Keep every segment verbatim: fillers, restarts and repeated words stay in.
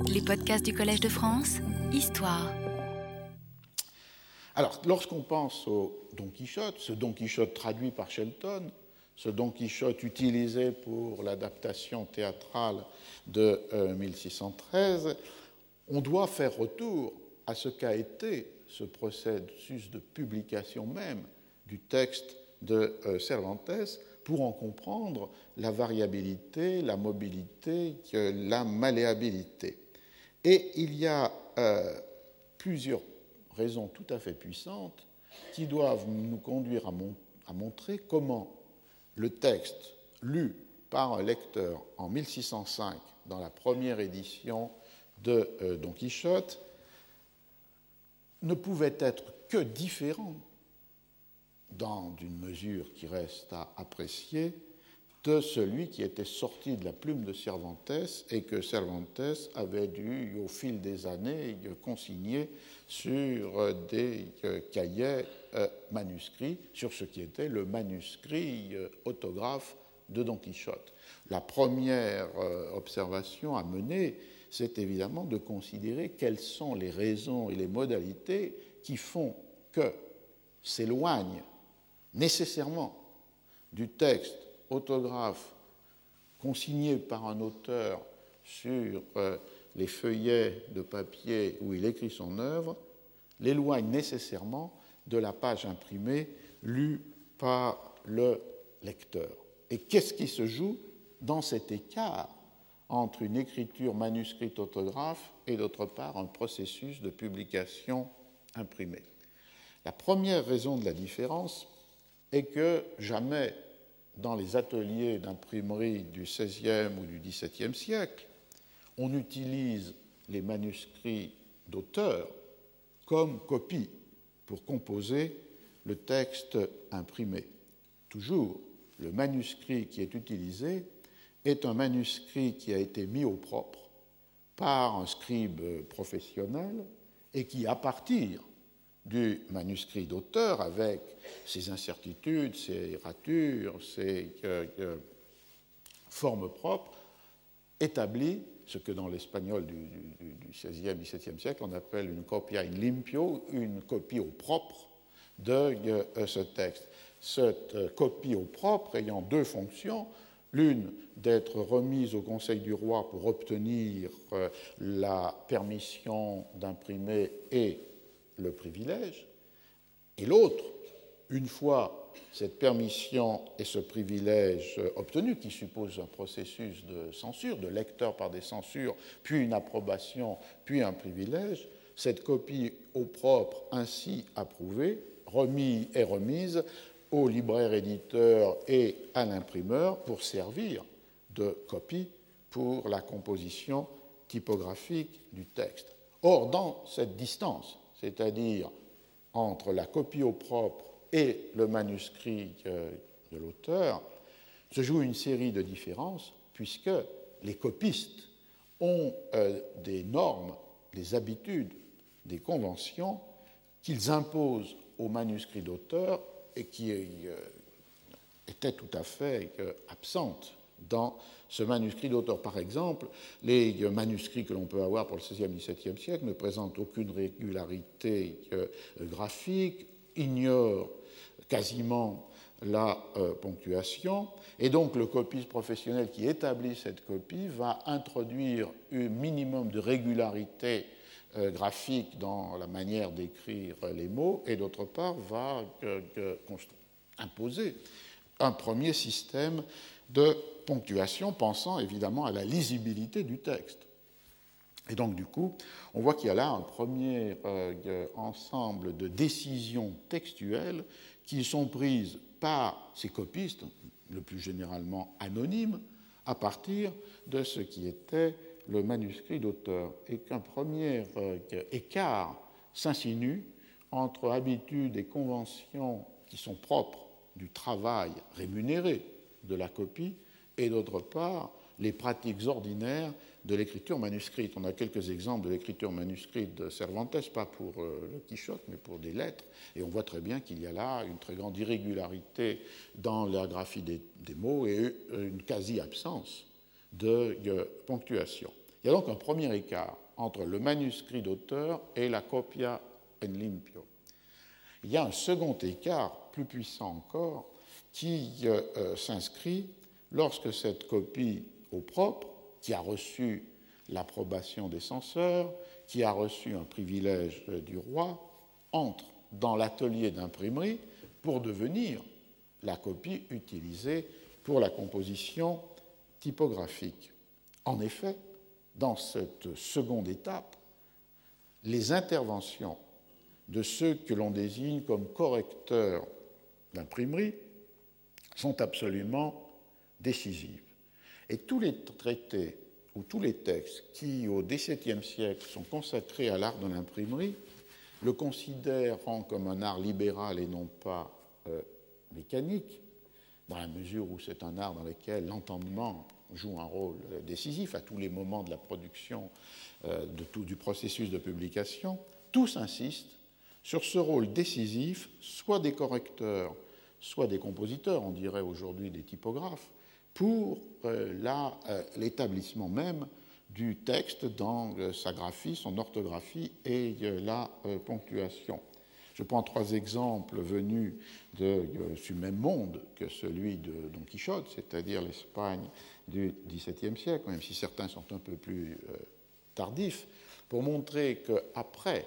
Les podcasts du Collège de France, Histoire. Alors, lorsqu'on pense au Don Quichotte, ce Don Quichotte traduit par Shelton, ce Don Quichotte utilisé pour l'adaptation théâtrale de euh, mille six cent treize, on doit faire retour à ce qu'a été ce processus de publication même du texte de euh, Cervantes pour en comprendre la variabilité, la mobilité, la malléabilité. Et il y a euh, plusieurs raisons tout à fait puissantes qui doivent nous conduire à, mon, à montrer comment le texte lu par un lecteur en mille six cent cinq dans la première édition de euh, Don Quichotte ne pouvait être que différent, dans une mesure qui reste à apprécier, de celui qui était sorti de la plume de Cervantes et que Cervantes avait dû, au fil des années, consigner sur des cahiers manuscrits, sur ce qui était le manuscrit autographe de Don Quichotte. La première observation à mener, c'est évidemment de considérer quelles sont les raisons et les modalités qui font que s'éloignent nécessairement du texte autographe consigné par un auteur sur euh, les feuillets de papier où il écrit son œuvre, l'éloigne nécessairement de la page imprimée lue par le lecteur. Et qu'est-ce qui se joue dans cet écart entre une écriture manuscrite autographe et d'autre part un processus de publication imprimée? La première raison de la différence est que jamais dans les ateliers d'imprimerie du seizième ou du dix-septième siècle, on utilise les manuscrits d'auteurs comme copie pour composer le texte imprimé. Toujours, le manuscrit qui est utilisé est un manuscrit qui a été mis au propre par un scribe professionnel et qui, à partir du manuscrit d'auteur, avec ses incertitudes, ses ratures, ses euh, euh, formes propres, établit ce que dans l'espagnol du, du, du seizième, dix-septième siècle on appelle une copia in limpio, une copie au propre de euh, ce texte. Cette euh, copie au propre ayant deux fonctions, l'une d'être remise au Conseil du roi pour obtenir euh, la permission d'imprimer et le privilège, et l'autre, une fois cette permission et ce privilège obtenus, qui suppose un processus de censure, de lecteur par des censures, puis une approbation, puis un privilège, cette copie au propre ainsi approuvée, remise et remise au libraire éditeur et à l'imprimeur pour servir de copie pour la composition typographique du texte. Or, dans cette distance, c'est-à-dire entre la copie au propre et le manuscrit de l'auteur, se joue une série de différences, puisque les copistes ont euh, des normes, des habitudes, des conventions qu'ils imposent au manuscrit d'auteur et qui euh, étaient tout à fait euh, absentes dans ce manuscrit d'auteur. Par exemple, les manuscrits que l'on peut avoir pour le seizième, dix-septième siècle ne présentent aucune régularité euh, graphique, ignorent quasiment la euh, ponctuation, et donc le copiste professionnel qui établit cette copie va introduire un minimum de régularité euh, graphique dans la manière d'écrire les mots, et d'autre part va euh, euh, imposer un premier système de ponctuation, pensant évidemment à la lisibilité du texte. Et donc, du coup, on voit qu'il y a là un premier euh, ensemble de décisions textuelles qui sont prises par ces copistes, le plus généralement anonymes, à partir de ce qui était le manuscrit d'auteur, et qu'un premier euh, écart s'insinue entre habitudes et conventions qui sont propres du travail rémunéré de la copie, et d'autre part, les pratiques ordinaires de l'écriture manuscrite. On a quelques exemples de l'écriture manuscrite de Cervantes, pas pour euh, le Quichotte, mais pour des lettres, et on voit très bien qu'il y a là une très grande irrégularité dans la graphie des, des mots et une quasi-absence de euh, ponctuation. Il y a donc un premier écart entre le manuscrit d'auteur et la copia en limpio. Il y a un second écart, plus puissant encore, qui euh, euh, s'inscrit lorsque cette copie au propre, qui a reçu l'approbation des censeurs, qui a reçu un privilège euh, du roi, entre dans l'atelier d'imprimerie pour devenir la copie utilisée pour la composition typographique. En effet, dans cette seconde étape, les interventions de ceux que l'on désigne comme correcteurs d'imprimerie sont absolument décisives. Et tous les traités ou tous les textes qui, au dix-septième siècle, sont consacrés à l'art de l'imprimerie, le considérant comme un art libéral et non pas euh, mécanique, dans la mesure où c'est un art dans lequel l'entendement joue un rôle décisif à tous les moments de la production euh, de tout, du processus de publication, tous insistent sur ce rôle décisif, soit des correcteurs, soit des compositeurs, on dirait aujourd'hui des typographes, pour euh, la, euh, l'établissement même du texte dans euh, sa graphie, son orthographie et euh, la euh, ponctuation. Je prends trois exemples venus de euh, ce même monde que celui de Don Quichotte, c'est-à-dire l'Espagne du dix-septième siècle, même si certains sont un peu plus euh, tardifs, pour montrer qu'après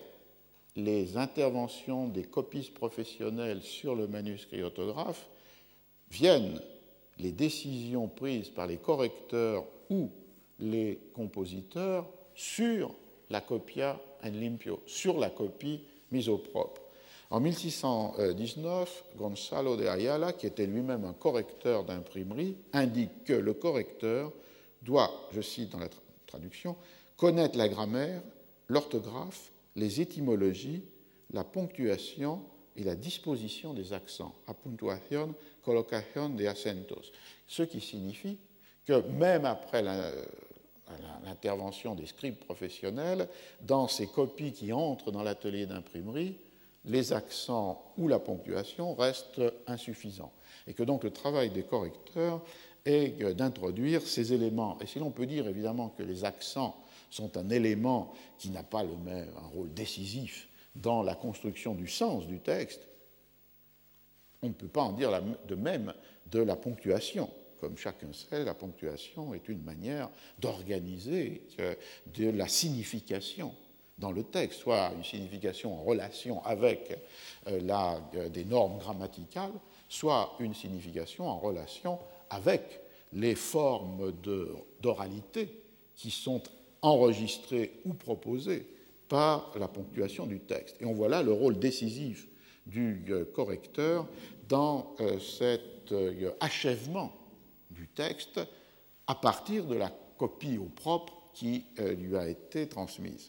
les interventions des copistes professionnels sur le manuscrit autographe, viennent les décisions prises par les correcteurs ou les compositeurs sur la copia en limpio, sur la copie mise au propre. En mille six cent dix-neuf, Gonzalo de Ayala, qui était lui-même un correcteur d'imprimerie, indique que le correcteur doit, je cite dans la tra- traduction, connaître la grammaire, l'orthographe, les étymologies, la ponctuation et la disposition des accents, a puntuación, colocación de acentos, ce qui signifie que même après la, l'intervention des scribes professionnels, dans ces copies qui entrent dans l'atelier d'imprimerie, les accents ou la ponctuation restent insuffisants. Et que donc le travail des correcteurs est d'introduire ces éléments. Et si l'on peut dire évidemment que les accents sont un élément qui n'a pas le même, un rôle décisif dans la construction du sens du texte, on ne peut pas en dire de même de la ponctuation. Comme chacun sait, la ponctuation est une manière d'organiser de la signification dans le texte, soit une signification en relation avec la, des normes grammaticales, soit une signification en relation avec les formes de, d'oralité qui sont enregistrées ou proposées par la ponctuation du texte. Et on voit là le rôle décisif du correcteur dans cet achèvement du texte à partir de la copie au propre qui lui a été transmise.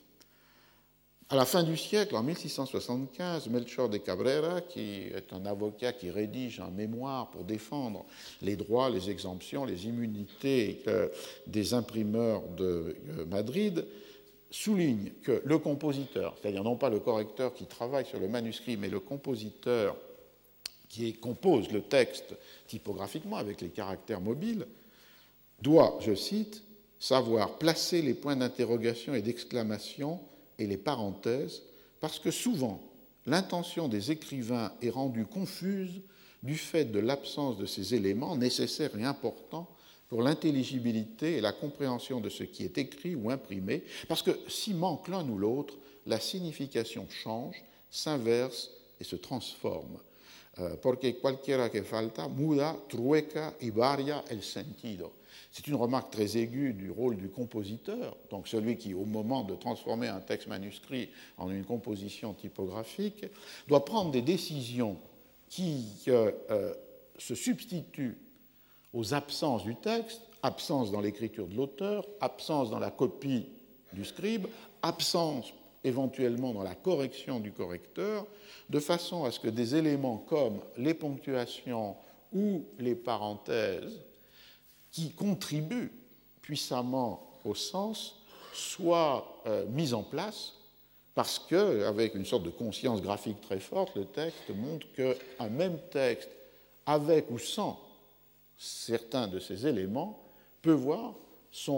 À la fin du siècle, en mille six cent soixante-quinze, Melchor de Cabrera, qui est un avocat qui rédige un mémoire pour défendre les droits, les exemptions, les immunités des imprimeurs de Madrid, souligne que le compositeur, c'est-à-dire non pas le correcteur qui travaille sur le manuscrit, mais le compositeur qui compose le texte typographiquement avec les caractères mobiles, doit, je cite, savoir placer les points d'interrogation et d'exclamation et les parenthèses, parce que souvent, l'intention des écrivains est rendue confuse du fait de l'absence de ces éléments nécessaires et importants pour l'intelligibilité et la compréhension de ce qui est écrit ou imprimé, parce que s'il manque l'un ou l'autre, la signification change, s'inverse et se transforme. Porque cualquiera que falta muda, trueca y varia el sentido. C'est une remarque très aiguë du rôle du compositeur, donc celui qui, au moment de transformer un texte manuscrit en une composition typographique, doit prendre des décisions qui euh, euh, se substituent aux absences du texte, absence dans l'écriture de l'auteur, absence dans la copie du scribe, absence éventuellement dans la correction du correcteur, de façon à ce que des éléments comme les ponctuations ou les parenthèses qui contribuent puissamment au sens soient euh, mis en place parce qu'avec une sorte de conscience graphique très forte, le texte montre qu'un même texte, avec ou sans certains de ces éléments, peut voir son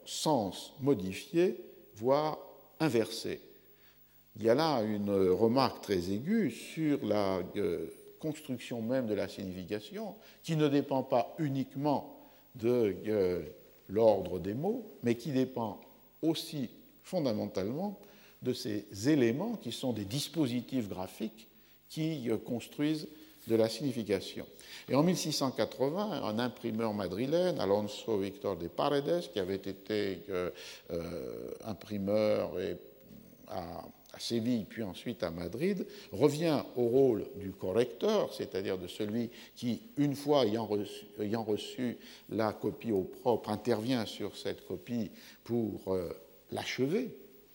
sens modifié, voire inversé. Il y a là une remarque très aiguë sur la euh, construction même de la signification, qui ne dépend pas uniquement de euh, l'ordre des mots, mais qui dépend aussi fondamentalement de ces éléments qui sont des dispositifs graphiques qui euh, construisent de la signification. Et en mille six cent quatre-vingts, un imprimeur madrilène, Alonso Victor de Paredes, qui avait été euh, euh, imprimeur et à, à Séville, puis ensuite à Madrid, revient au rôle du correcteur, c'est-à-dire de celui qui, une fois ayant reçu, ayant reçu la copie au propre, intervient sur cette copie pour euh, l'achever.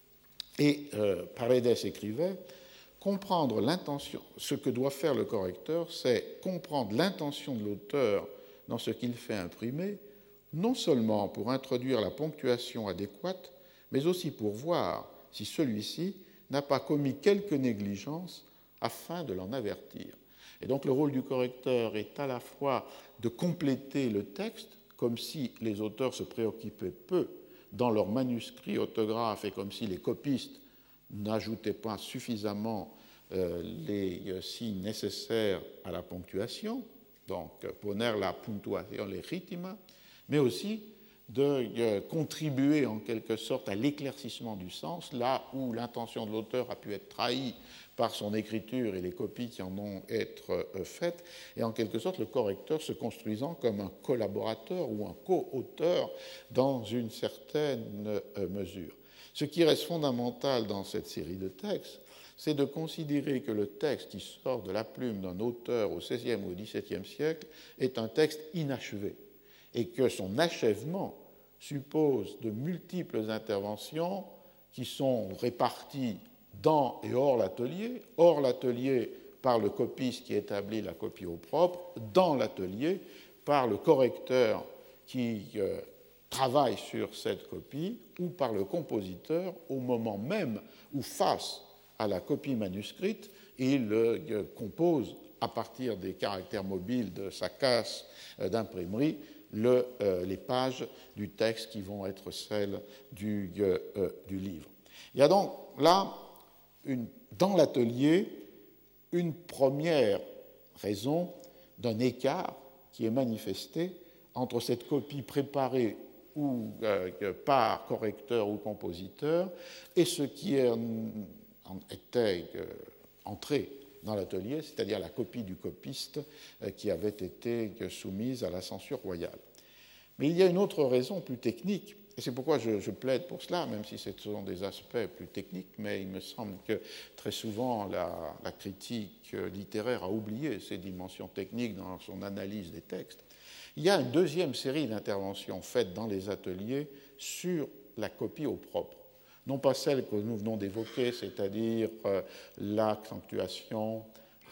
Et euh, Paredes écrivait: comprendre l'intention, ce que doit faire le correcteur, c'est comprendre l'intention de l'auteur dans ce qu'il fait imprimer, non seulement pour introduire la ponctuation adéquate, mais aussi pour voir si celui-ci n'a pas commis quelque négligence afin de l'en avertir. Et donc le rôle du correcteur est à la fois de compléter le texte, comme si les auteurs se préoccupaient peu dans leurs manuscrits autographes et comme si les copistes n'ajoutaient pas suffisamment euh, les euh, signes nécessaires à la ponctuation, donc poner la puntuación legítima, mais aussi de euh, contribuer en quelque sorte à l'éclaircissement du sens, là où l'intention de l'auteur a pu être trahie par son écriture et les copies qui en ont être euh, faites, et en quelque sorte le correcteur se construisant comme un collaborateur ou un co-auteur dans une certaine euh, mesure. Ce qui reste fondamental dans cette série de textes, c'est de considérer que le texte qui sort de la plume d'un auteur au seizième ou au dix-septième siècle est un texte inachevé, et que son achèvement suppose de multiples interventions qui sont réparties dans et hors l'atelier, hors l'atelier par le copiste qui établit la copie au propre, dans l'atelier par le correcteur qui euh, travaille sur cette copie, ou par le compositeur au moment même où, face à la copie manuscrite, il euh, compose à partir des caractères mobiles de sa casse euh, d'imprimerie le, euh, les pages du texte qui vont être celles du, euh, euh, du livre. Il y a donc là, une, dans l'atelier, une première raison d'un écart qui est manifesté entre cette copie préparée ou euh, par correcteur ou compositeur et ce qui est, en, était euh, entré dans l'atelier, c'est-à-dire la copie du copiste euh, qui avait été euh, soumise à la censure royale. Mais il y a une autre raison plus technique, et c'est pourquoi je, je plaide pour cela, même si ce sont des aspects plus techniques, mais il me semble que très souvent la, la critique littéraire a oublié ces dimensions techniques dans son analyse des textes. Il y a une deuxième série d'interventions faites dans les ateliers sur la copie au propre. Non pas celle que nous venons d'évoquer, c'est-à-dire euh, l'accentuation,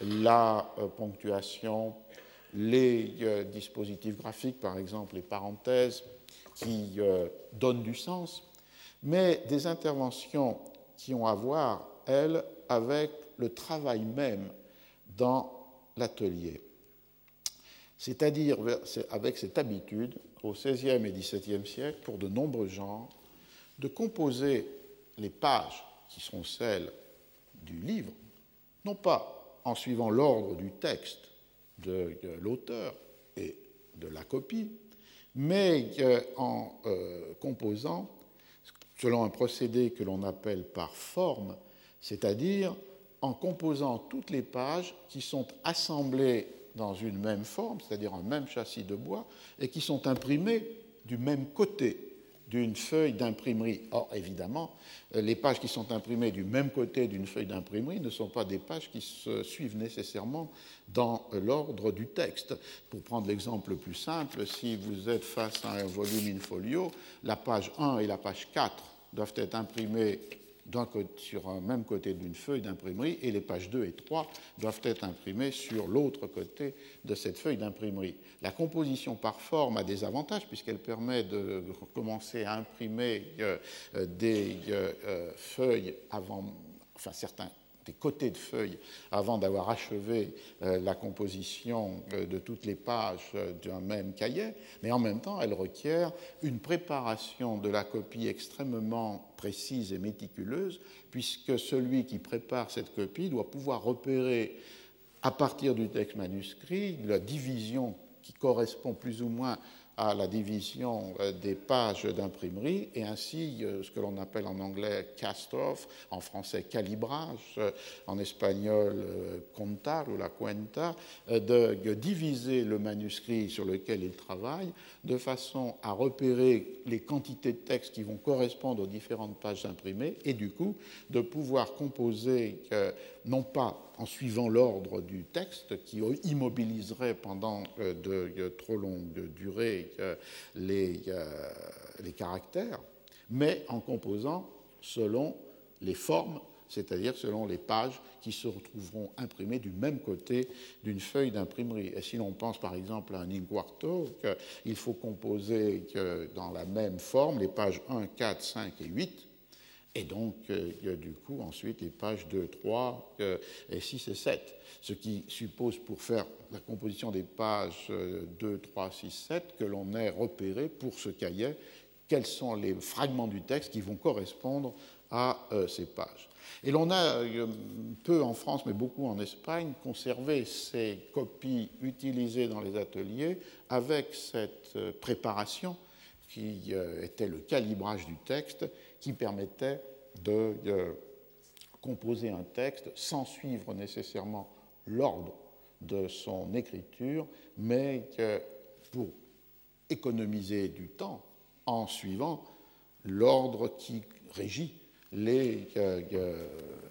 la euh, ponctuation, les euh, dispositifs graphiques, par exemple les parenthèses, qui euh, donnent du sens, mais des interventions qui ont à voir, elles, avec le travail même dans l'atelier. C'est-à-dire avec cette habitude, au seizième et dix-septième siècle, pour de nombreux genres, de composer les pages qui sont celles du livre, non pas en suivant l'ordre du texte de, de l'auteur et de la copie, mais euh, en euh, composant selon un procédé que l'on appelle par forme, c'est-à-dire en composant toutes les pages qui sont assemblées dans une même forme, c'est-à-dire un même châssis de bois, et qui sont imprimées du même côté d'une feuille d'imprimerie. Or, évidemment, les pages qui sont imprimées du même côté d'une feuille d'imprimerie ne sont pas des pages qui se suivent nécessairement dans l'ordre du texte. Pour prendre l'exemple le plus simple, si vous êtes face à un volume in-folio, la page un et la page quatre doivent être imprimées d'un côté, sur un même côté d'une feuille d'imprimerie, et les pages deux et trois doivent être imprimées sur l'autre côté de cette feuille d'imprimerie. La composition par forme a des avantages puisqu'elle permet de commencer à imprimer euh, des euh, feuilles avant, enfin certains des côtés de feuilles avant d'avoir achevé euh, la composition euh, de toutes les pages euh, d'un même cahier, mais en même temps, elle requiert une préparation de la copie extrêmement précise et méticuleuse, puisque celui qui prépare cette copie doit pouvoir repérer, à partir du texte manuscrit, la division qui correspond plus ou moins à la division des pages d'imprimerie et ainsi ce que l'on appelle en anglais cast-off, en français calibrage, en espagnol contar ou la cuenta, de diviser le manuscrit sur lequel il travaille de façon à repérer les quantités de texte qui vont correspondre aux différentes pages imprimées et du coup de pouvoir composer non pas en suivant l'ordre du texte qui immobiliserait pendant de, de trop longues durées les, les caractères, mais en composant selon les formes, c'est-à-dire selon les pages qui se retrouveront imprimées du même côté d'une feuille d'imprimerie. Et si l'on pense par exemple à un in-quarto, il faut composer dans la même forme les pages un, quatre, cinq et huit, et donc, euh, du coup, ensuite, les pages deux, trois, euh, et six et sept. Ce qui suppose, pour faire la composition des pages euh, deux, trois, six, sept, que l'on ait repéré pour ce cahier quels sont les fragments du texte qui vont correspondre à euh, ces pages. Et l'on a, euh, peu en France, mais beaucoup en Espagne, conservé ces copies utilisées dans les ateliers avec cette euh, préparation qui euh, était le calibrage du texte, qui permettait de euh, composer un texte sans suivre nécessairement l'ordre de son écriture, mais que pour économiser du temps en suivant l'ordre qui régit les, euh, euh,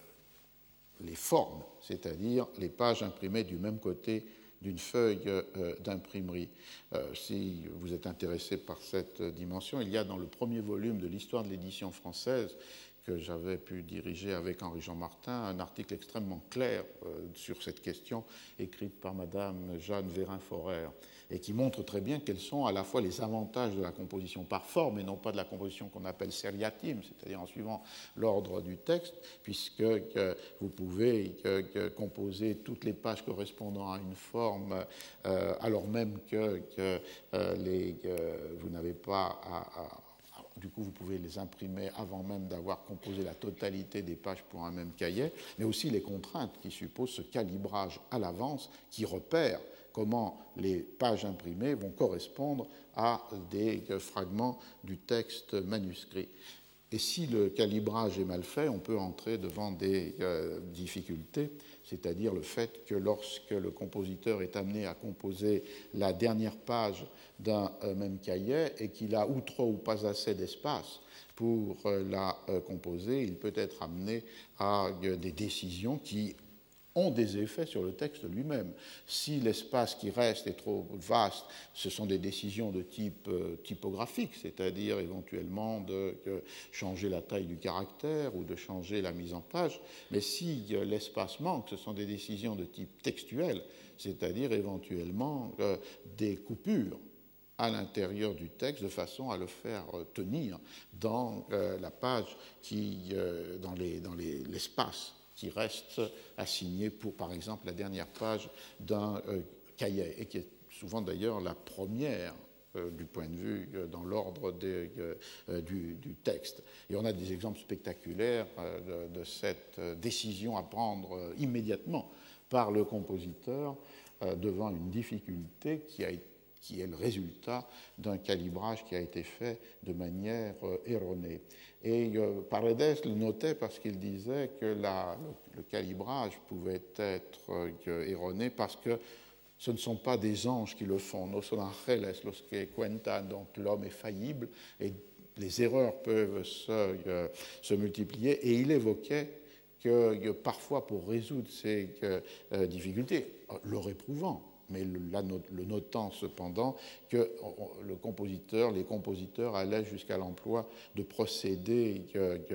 les formes, c'est-à-dire les pages imprimées du même côté d'une feuille euh, d'imprimerie. Euh, si vous êtes intéressé par cette dimension, il y a dans le premier volume de l'histoire de l'édition française que j'avais pu diriger avec Henri-Jean Martin un article extrêmement clair euh, sur cette question écrite par Madame Jeanne Vérin-Forer et qui montre très bien quels sont à la fois les avantages de la composition par forme et non pas de la composition qu'on appelle seriatim, c'est-à-dire en suivant l'ordre du texte, puisque euh, vous pouvez euh, euh, composer toutes les pages correspondant à une forme euh, alors même que, que euh, les, euh, vous n'avez pas à, à du coup, vous pouvez les imprimer avant même d'avoir composé la totalité des pages pour un même cahier, mais aussi les contraintes qui supposent ce calibrage à l'avance qui repère comment les pages imprimées vont correspondre à des fragments du texte manuscrit. Et si le calibrage est mal fait, on peut entrer devant des euh, difficultés, c'est-à-dire le fait que lorsque le compositeur est amené à composer la dernière page d'un euh, même cahier et qu'il a ou trop ou pas assez d'espace pour euh, la euh, composer, il peut être amené à euh, des décisions qui ont des effets sur le texte lui-même. Si l'espace qui reste est trop vaste, ce sont des décisions de type euh, typographique, c'est-à-dire éventuellement de euh, changer la taille du caractère ou de changer la mise en page. Mais si euh, l'espace manque, ce sont des décisions de type textuel, c'est-à-dire éventuellement euh, des coupures à l'intérieur du texte de façon à le faire tenir dans euh, la page, qui, euh, dans, les, dans les, l'espace qui reste assigné pour, par exemple, la dernière page d'un euh, cahier, et qui est souvent d'ailleurs la première euh, du point de vue euh, dans l'ordre euh, euh, du, du texte. Et on a des exemples spectaculaires euh, de, de cette euh, décision à prendre euh, immédiatement par le compositeur euh, devant une difficulté qui a été qui est le résultat d'un calibrage qui a été fait de manière euh, erronée. Et euh, Paredes le notait parce qu'il disait que la, le, le calibrage pouvait être euh, erroné parce que ce ne sont pas des anges qui le font. No son ángeles los que cuentan, donc l'homme est faillible et les erreurs peuvent se, euh, se multiplier. Et il évoquait que, que parfois, pour résoudre ces euh, difficultés, le réprouvant, mais le notant cependant que le compositeur, les compositeurs allaient jusqu'à l'emploi de procédés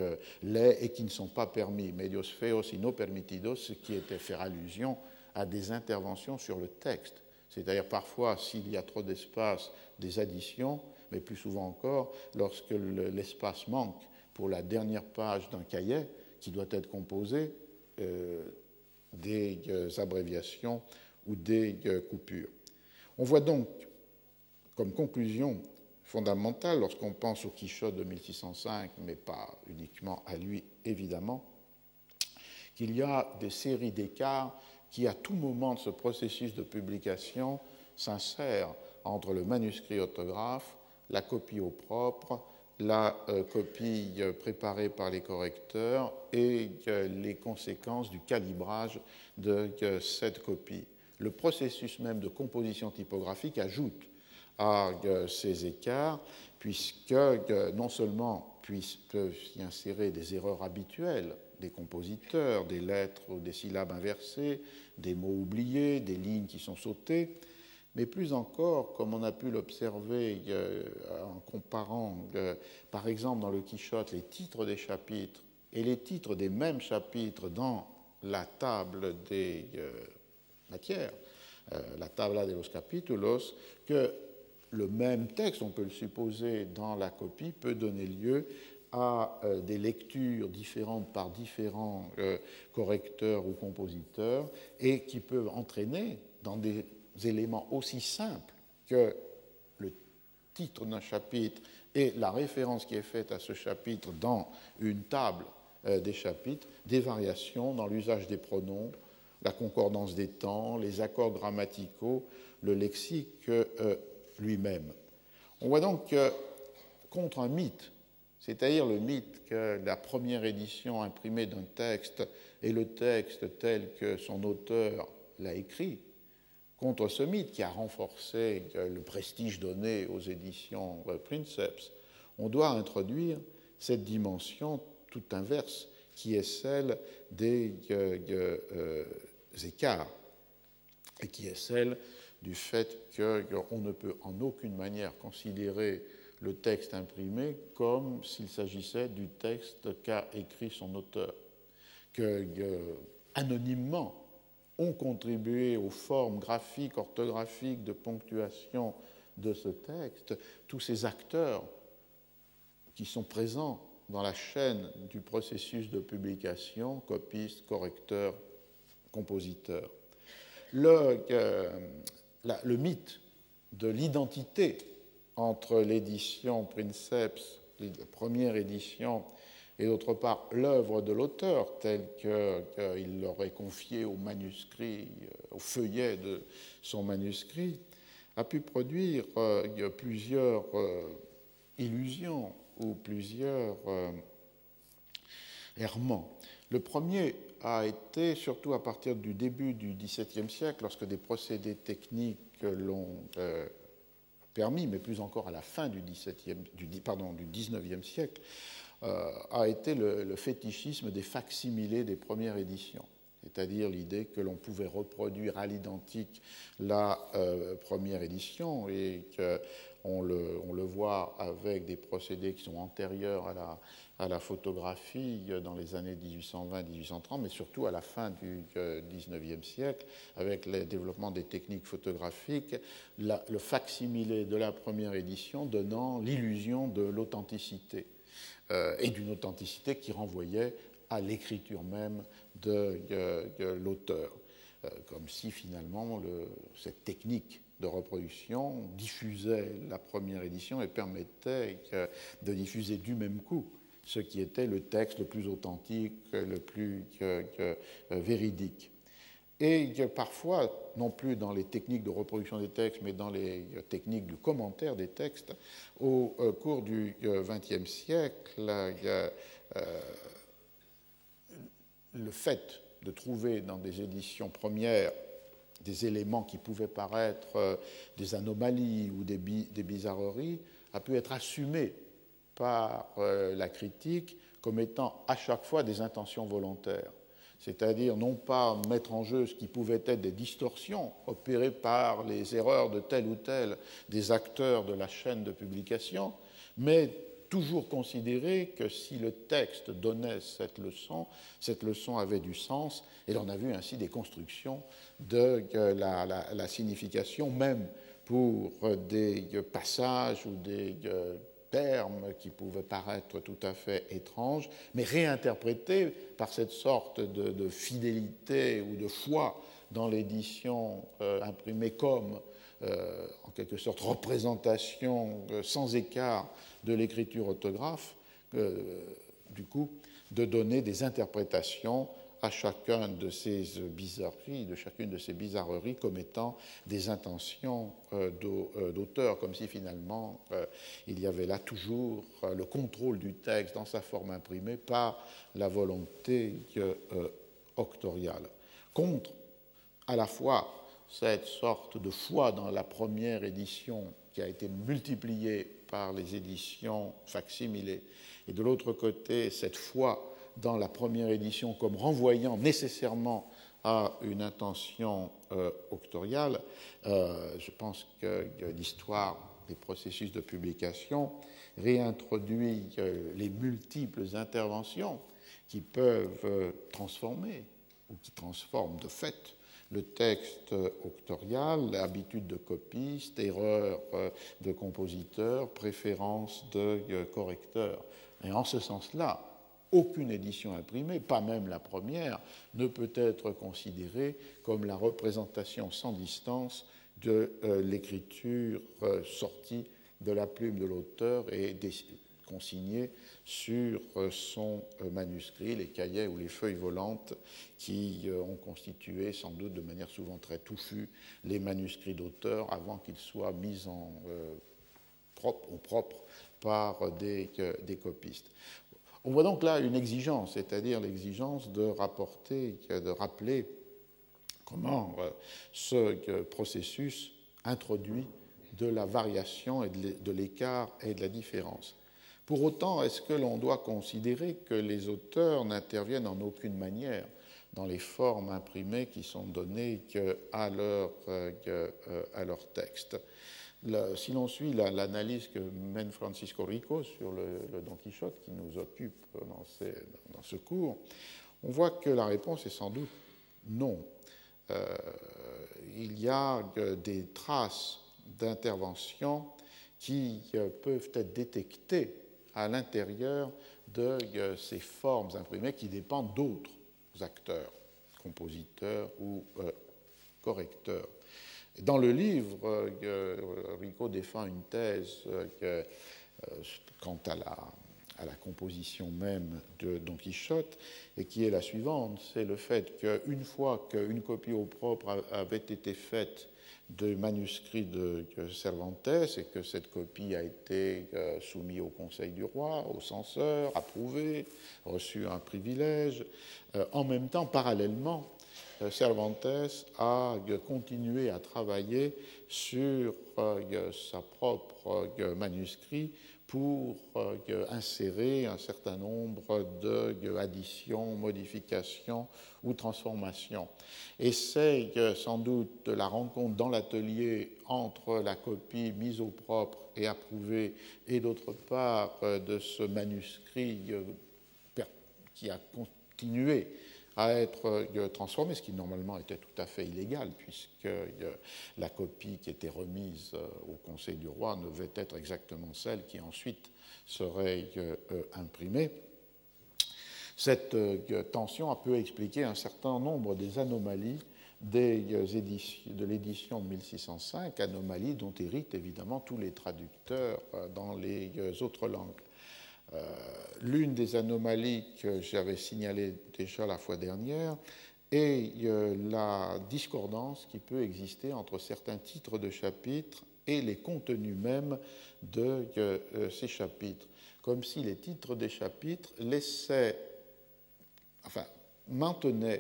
laids et qui ne sont pas permis, medios feos y no permitidos, ce qui était faire allusion à des interventions sur le texte. C'est-à-dire parfois, s'il y a trop d'espace, des additions, mais plus souvent encore, lorsque l'espace manque pour la dernière page d'un cahier qui doit être composé, euh, des euh, abréviations ou des euh, coupures. On voit donc comme conclusion fondamentale, lorsqu'on pense au Quichotte de mille six cent cinq, mais pas uniquement à lui évidemment, qu'il y a des séries d'écarts qui, à tout moment de ce processus de publication, s'insèrent entre le manuscrit autographe, la copie au propre, la euh, copie euh, préparée par les correcteurs et euh, les conséquences du calibrage de euh, cette copie. Le processus même de composition typographique ajoute à euh, ces écarts, puisque euh, non seulement puissent, peuvent y insérer des erreurs habituelles des compositeurs, des lettres ou des syllabes inversées, des mots oubliés, des lignes qui sont sautées, mais plus encore, comme on a pu l'observer euh, en comparant, euh, par exemple, dans le Quichotte, les titres des chapitres et les titres des mêmes chapitres dans la table des euh, matières, euh, la tabla de los capítulos, que le même texte, on peut le supposer, dans la copie, peut donner lieu à euh, des lectures différentes par différents euh, correcteurs ou compositeurs et qui peuvent entraîner dans des éléments aussi simples que le titre d'un chapitre et la référence qui est faite à ce chapitre dans une table euh, des chapitres, des variations dans l'usage des pronoms, la concordance des temps, les accords grammaticaux, le lexique euh, lui-même. On voit donc que contre un mythe, c'est-à-dire le mythe que la première édition imprimée d'un texte est le texte tel que son auteur l'a écrit, contre ce mythe qui a renforcé le prestige donné aux éditions Princeps, on doit introduire cette dimension tout inverse qui est celle des euh, euh, écarts et qui est celle du fait qu'on ne peut en aucune manière considérer le texte imprimé comme s'il s'agissait du texte qu'a écrit son auteur, que euh, anonymement ont contribué aux formes graphiques, orthographiques, de ponctuation de ce texte, tous ces acteurs qui sont présents dans la chaîne du processus de publication, copistes, correcteurs, compositeurs. Le, euh, la, le mythe de l'identité entre l'édition Princeps, la première édition, et d'autre part l'œuvre de l'auteur telle qu'il l'aurait confiée au manuscrit, au feuillet de son manuscrit, a pu produire euh, plusieurs euh, illusions ou plusieurs euh, errements. Le premier a été, surtout à partir du début du XVIIe siècle, lorsque des procédés techniques l'ont euh, permis, mais plus encore à la fin du, dix-septième, du, pardon, du dix-neuvième siècle, euh, a été le, le fétichisme des facsimilés des premières éditions, c'est-à-dire l'idée que l'on pouvait reproduire à l'identique la euh, première édition et qu'on le, on le voit avec des procédés qui sont antérieurs à la, à la photographie dans les années dix-huit cent vingt dix-huit cent trente, mais surtout à la fin du dix-neuvième siècle, avec le développement des techniques photographiques, la, le facsimilé de la première édition donnant l'illusion de l'authenticité, euh, et d'une authenticité qui renvoyait à l'écriture même de, de, de l'auteur, euh, comme si finalement le, cette technique de reproduction diffusait la première édition et permettait de diffuser du même coup ce qui était le texte le plus authentique, le plus que, que, euh, véridique. Et parfois, non plus dans les techniques de reproduction des textes, mais dans les techniques du commentaire des textes, au euh, cours du vingtième siècle, euh, euh, le fait de trouver dans des éditions premières des éléments qui pouvaient paraître euh, des anomalies ou des, bi- des bizarreries a pu être assumé par euh, la critique comme étant à chaque fois des intentions volontaires, c'est-à-dire non pas mettre en jeu ce qui pouvait être des distorsions opérées par les erreurs de tel ou tel des acteurs de la chaîne de publication, mais toujours considérer que si le texte donnait cette leçon, cette leçon avait du sens, et l'on a vu ainsi des constructions de euh, la, la, la signification, même pour euh, des euh, passages ou des euh, termes qui pouvaient paraître tout à fait étranges, mais réinterprétés par cette sorte de, de fidélité ou de foi dans l'édition euh, imprimée comme, euh, en quelque sorte, représentation euh, sans écart de l'écriture autographe, euh, du coup, de donner des interprétations à chacun de ces bizarreries, de chacune de ces bizarreries comme étant des intentions euh, d'auteur, comme si finalement euh, il y avait là toujours euh, le contrôle du texte dans sa forme imprimée par la volonté euh, octoriale. Contre, à la fois, cette sorte de foi dans la première édition qui a été multipliée par les éditions facsimilées, et de l'autre côté, cette foi dans la première édition comme renvoyant nécessairement à une intention euh, octoriale, euh, je pense que, que l'histoire des processus de publication réintroduit euh, les multiples interventions qui peuvent euh, transformer ou qui transforment de fait le texte octorial, habitude de copiste, erreur euh, de compositeur, préférence de euh, correcteur. Et en ce sens-là, aucune édition imprimée, pas même la première, ne peut être considérée comme la représentation sans distance de euh, l'écriture euh, sortie de la plume de l'auteur et consignée sur euh, son euh, manuscrit, les cahiers ou les feuilles volantes qui euh, ont constitué sans doute de manière souvent très touffue les manuscrits d'auteur avant qu'ils soient mis en euh, propre, au propre par des, euh, des copistes. On voit donc là une exigence, c'est-à-dire l'exigence de rapporter, de rappeler comment ce processus introduit de la variation et de l'écart et de la différence. Pour autant, est-ce que l'on doit considérer que les auteurs n'interviennent en aucune manière dans les formes imprimées qui sont données à leur, à leur texte? La, si l'on suit la, l'analyse que mène Francisco Rico sur le, le Don Quichotte qui nous occupe dans, ces, dans ce cours, on voit que la réponse est sans doute non. Euh, il y a des traces d'intervention qui peuvent être détectées à l'intérieur de ces formes imprimées qui dépendent d'autres acteurs, compositeurs ou euh, correcteurs. Dans le livre, euh, Rico défend une thèse euh, que, euh, quant à la, à la composition même de Don Quichotte, et qui est la suivante, c'est le fait qu'une fois qu'une copie au propre avait été faite de manuscrits de Cervantes et que cette copie a été euh, soumise au Conseil du roi, au censeur, approuvée, reçu un privilège, euh, en même temps, parallèlement, Cervantes a continué à travailler sur euh, sa propre euh, manuscrit pour euh, insérer un certain nombre d'additions, modifications ou transformations. Et c'est euh, sans doute la rencontre dans l'atelier entre la copie mise au propre et approuvée et d'autre part euh, de ce manuscrit euh, qui a continué à être transformé, ce qui normalement était tout à fait illégal, puisque la copie qui était remise au Conseil du roi ne devait être exactement celle qui ensuite serait imprimée. Cette tension a pu expliquer un certain nombre des anomalies des éditions, de l'édition de mille six cent cinq, anomalies dont héritent évidemment tous les traducteurs dans les autres langues. Euh, l'une des anomalies que j'avais signalées déjà la fois dernière est euh, la discordance qui peut exister entre certains titres de chapitres et les contenus mêmes de euh, ces chapitres, comme si les titres des chapitres laissaient, enfin, maintenaient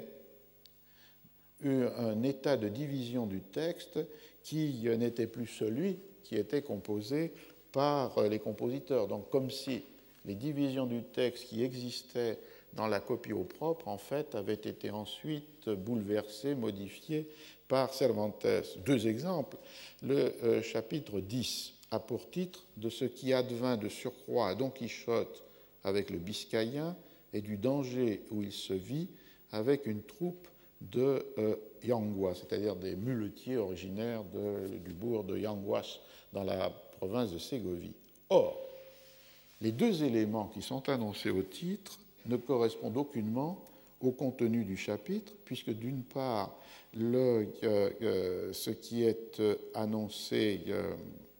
un état de division du texte qui n'était plus celui qui était composé par les compositeurs. Donc, comme si les divisions du texte qui existaient dans la copie au propre, en fait, avaient été ensuite bouleversées, modifiées par Cervantes. Deux exemples. Le euh, chapitre dix a pour titre « De ce qui advint de surcroît à Don Quichotte avec le Biscayen et du danger où il se vit avec une troupe de euh, Yanguas », c'est-à-dire des muletiers originaires de, du bourg de Yanguas dans la province de Ségovie. Or, Les deux éléments qui sont annoncés au titre ne correspondent aucunement au contenu du chapitre, puisque d'une part, le, euh, euh, ce qui est euh, annoncé euh,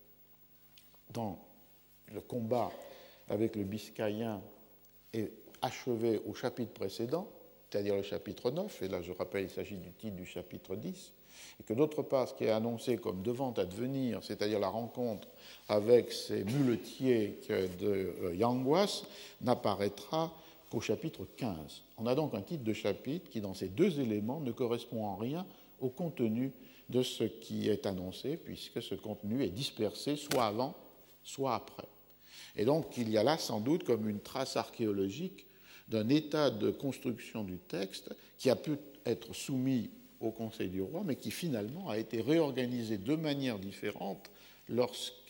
dans le combat avec le Biscayen est achevé au chapitre précédent, c'est-à-dire le chapitre neuf, et là je rappelle il s'agit du titre du chapitre dix, et que d'autre part ce qui est annoncé comme devant advenir, c'est-à-dire la rencontre avec ces muletiers de Yanguas, n'apparaîtra qu'au chapitre quinze. On a donc un titre de chapitre qui, dans ces deux éléments, ne correspond en rien au contenu de ce qui est annoncé, puisque ce contenu est dispersé soit avant, soit après. Et donc, il y a là sans doute comme une trace archéologique d'un état de construction du texte qui a pu être soumis au Conseil du roi, mais qui finalement a été réorganisé de manière différente lorsque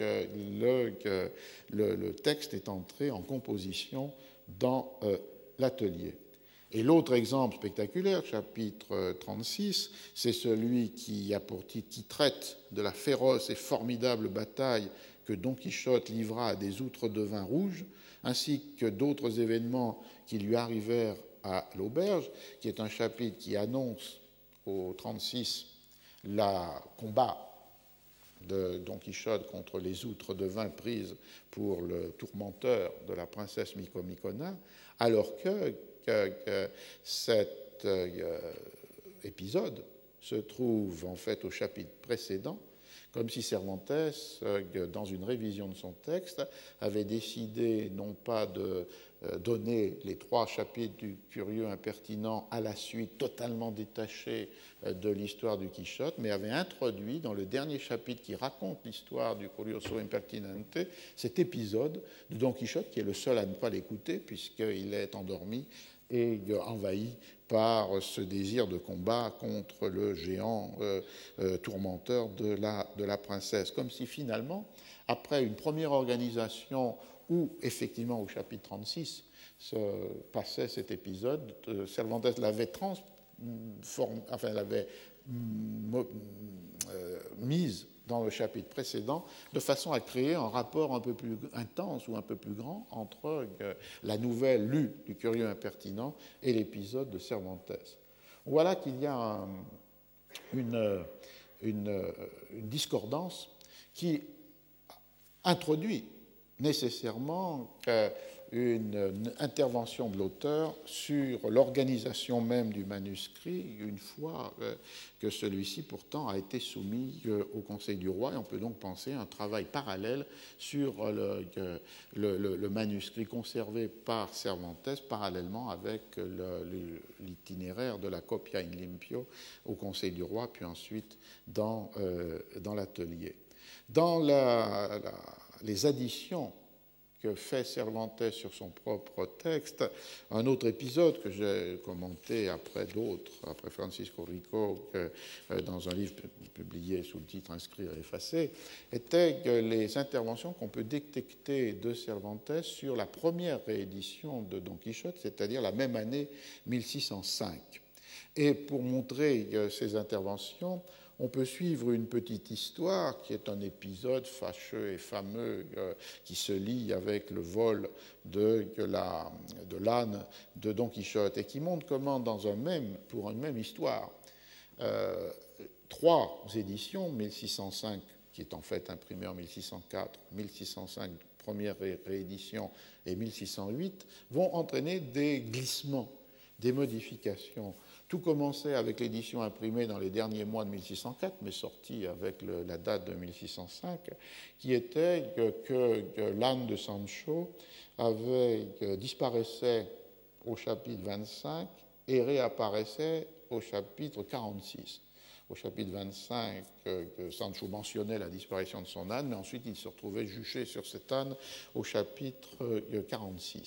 le, le, le texte est entré en composition dans euh, l'atelier. Et l'autre exemple spectaculaire, chapitre trente-six, c'est celui qui a pour titre, qui traite de la féroce et formidable bataille que Don Quichotte livra à des outres de vin rouge, ainsi que d'autres événements qui lui arrivèrent à l'auberge, qui est un chapitre qui annonce au trente-six le combat de Don Quichotte contre les outres de vin prises pour le tourmenteur de la princesse Micomicona, alors que, que, que cet euh, épisode se trouve en fait au chapitre précédent, comme si Cervantes, euh, dans une révision de son texte, avait décidé non pas de euh, donner les trois chapitres du Curieux impertinent à la suite, totalement détachés euh, de l'histoire du Quichotte, mais avait introduit dans le dernier chapitre qui raconte l'histoire du Curioso impertinente cet épisode de Don Quichotte, qui est le seul à ne pas l'écouter, puisqu'il est endormi et envahi par ce désir de combat contre le géant euh, euh, tourmenteur de la, de la princesse. Comme si finalement, après une première organisation où, effectivement, au chapitre trente-six, se passait cet épisode, euh, Cervantes l'avait transformé, enfin, l'avait euh, mise dans le chapitre précédent, de façon à créer un rapport un peu plus intense ou un peu plus grand entre euh, la nouvelle lue du Curieux impertinent et l'épisode de Cervantes. Voilà qu'il y a un, une, une, une discordance qui introduit nécessairement euh, une, une intervention de l'auteur sur l'organisation même du manuscrit, une fois euh, que celui-ci pourtant a été soumis euh, au Conseil du roi, et on peut donc penser à un travail parallèle sur le, le, le, le manuscrit conservé par Cervantes, parallèlement avec l'itinéraire de la Copia in Limpio au Conseil du roi, puis ensuite dans, euh, dans l'atelier. Dans la, la, les additions que fait Cervantes sur son propre texte, un autre épisode que j'ai commenté après d'autres, après Francisco Rico, que, euh, dans un livre publié sous le titre Inscrire et effacer, était que les interventions qu'on peut détecter de Cervantes sur la première réédition de Don Quichotte, c'est-à-dire la même année mille six cent cinq. Et pour montrer euh, ces interventions, on peut suivre une petite histoire qui est un épisode fâcheux et fameux euh, qui se lie avec le vol de, de, la, de l'âne de Don Quichotte et qui montre comment, dans un même, pour une même histoire, euh, trois éditions, mille six cent cinq, qui est en fait imprimée en mille six cent quatre, mille six cent cinq, première ré- réédition, et mille six cent huit, vont entraîner des glissements, des modifications. Tout commençait avec l'édition imprimée dans les derniers mois de mille six cent quatre, mais sortie avec le, la date de mille six cent cinq, qui était que, que, que l'âne de Sancho avait, que disparaissait au chapitre vingt-cinq et réapparaissait au chapitre quarante-six. Au chapitre vingt-cinq, que, que Sancho mentionnait la disparition de son âne, mais ensuite il se retrouvait juché sur cet âne au chapitre quarante-six.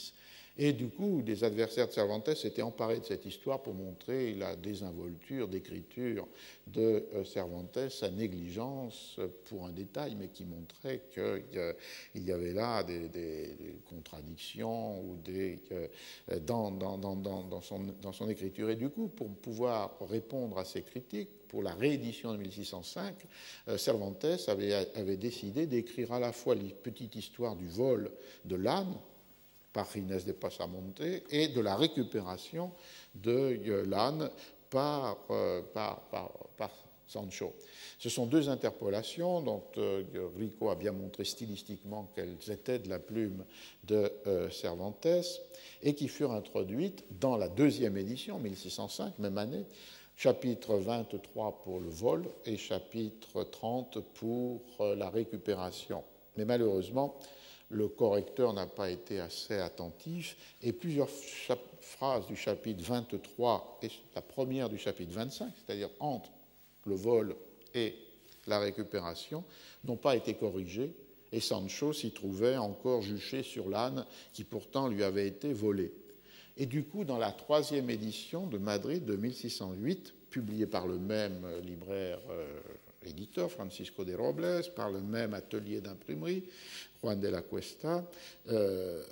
Et du coup, des adversaires de Cervantes s'étaient emparés de cette histoire pour montrer la désinvolture d'écriture de Cervantes, sa négligence pour un détail, mais qui montrait qu'il y avait là des, des, des contradictions ou des, dans, dans, dans, dans, son, dans son écriture. Et du coup, pour pouvoir répondre à ces critiques, pour la réédition de mille six cent cinq, Cervantes avait, avait décidé d'écrire à la fois les petites histoires du vol de l'âne, par Inés de Pasamonte, et de la récupération de l'âne par, euh, par, par, par Sancho. Ce sont deux interpolations dont euh, Rico a bien montré stylistiquement qu'elles étaient de la plume de euh, Cervantes et qui furent introduites dans la deuxième édition, mille six cent cinq, même année, chapitre vingt-trois pour le vol et chapitre trente pour euh, la récupération. Mais malheureusement, le correcteur n'a pas été assez attentif et plusieurs phrases du chapitre vingt-trois et la première du chapitre vingt-cinq, c'est-à-dire entre le vol et la récupération, n'ont pas été corrigées et Sancho s'y trouvait encore juché sur l'âne qui pourtant lui avait été volé. Et du coup, dans la troisième édition de Madrid de mille six cent huit, publiée par le même libraire euh, éditeur, Francisco de Robles, par le même atelier d'imprimerie, Juan de la Cuesta, euh,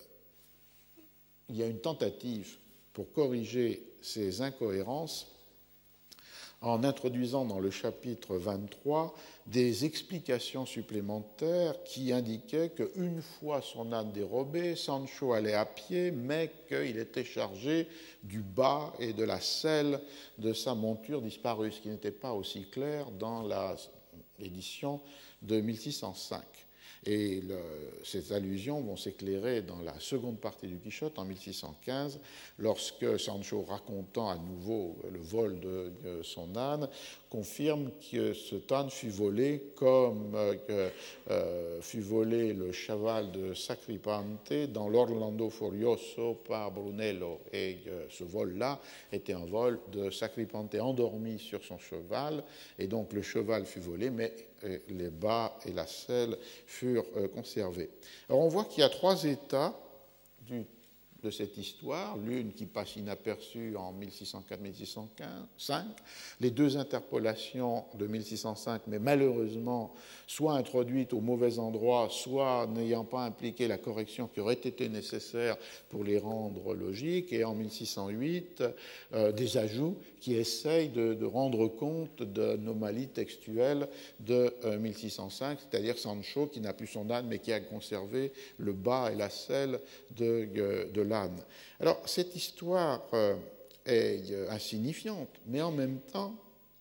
il y a une tentative pour corriger ces incohérences en introduisant dans le chapitre vingt-trois des explications supplémentaires qui indiquaient qu'une fois son âne dérobé, Sancho allait à pied, mais qu'il était chargé du bas et de la selle de sa monture disparue, ce qui n'était pas aussi clair dans l'édition de mille six cent cinq. Et le, ces allusions vont s'éclairer dans la seconde partie du Quichotte, en mille six cent quinze, lorsque Sancho, racontant à nouveau le vol de, de son âne, confirme que cet âne fut volé comme euh, euh, fut volé le cheval de Sacripante dans l'Orlando Furioso par Brunello. Et euh, ce vol-là était un vol de Sacripante endormi sur son cheval, et donc le cheval fut volé, mais les bas et la selle furent conservés. Alors on voit qu'il y a trois états du, de cette histoire, l'une qui passe inaperçue en mille six cent quatre mille six cent cinq, les deux interpolations de mille six cent cinq, mais malheureusement soit introduites au mauvais endroit, soit n'ayant pas impliqué la correction qui aurait été nécessaire pour les rendre logiques, et en mille six cent huit, euh, des ajouts qui essayent de, de rendre compte d'anomalies textuelles de euh, mille six cent cinq, c'est-à-dire Sancho qui n'a plus son âne mais qui a conservé le bas et la selle de, de, de l'âne. Alors cette histoire euh, est euh, insignifiante, mais en même temps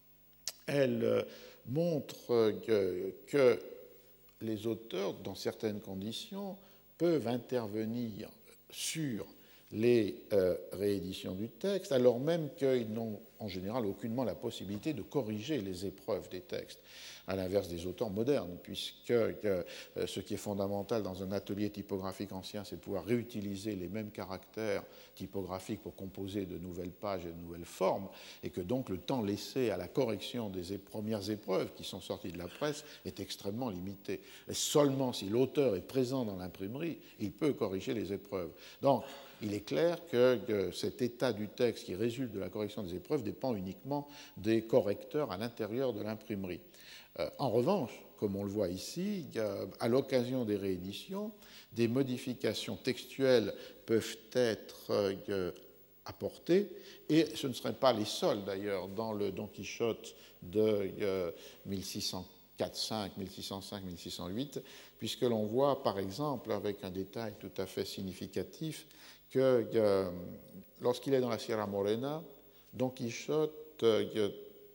elle euh, montre que, que les auteurs, dans certaines conditions, peuvent intervenir sur les euh, rééditions du texte, alors même qu'ils n'ont en général aucunement la possibilité de corriger les épreuves des textes, à l'inverse des auteurs modernes, puisque euh, ce qui est fondamental dans un atelier typographique ancien, c'est de pouvoir réutiliser les mêmes caractères typographiques pour composer de nouvelles pages et de nouvelles formes, et que donc le temps laissé à la correction des é- premières épreuves qui sont sorties de la presse est extrêmement limité. Et seulement si l'auteur est présent dans l'imprimerie, il peut corriger les épreuves. Donc, il est clair que, que cet état du texte qui résulte de la correction des épreuves dépend uniquement des correcteurs à l'intérieur de l'imprimerie. Euh, en revanche, comme on le voit ici, à l'occasion des rééditions, des modifications textuelles peuvent être euh, apportées, et ce ne seraient pas les seules d'ailleurs dans le Don Quichotte de euh, mille six cent quatre cinq, mille six cent cinq, mille six cent huit, puisque l'on voit par exemple, avec un détail tout à fait significatif, que euh, lorsqu'il est dans la Sierra Morena, Don Quichotte euh,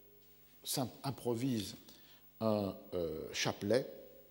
improvise un euh, chapelet,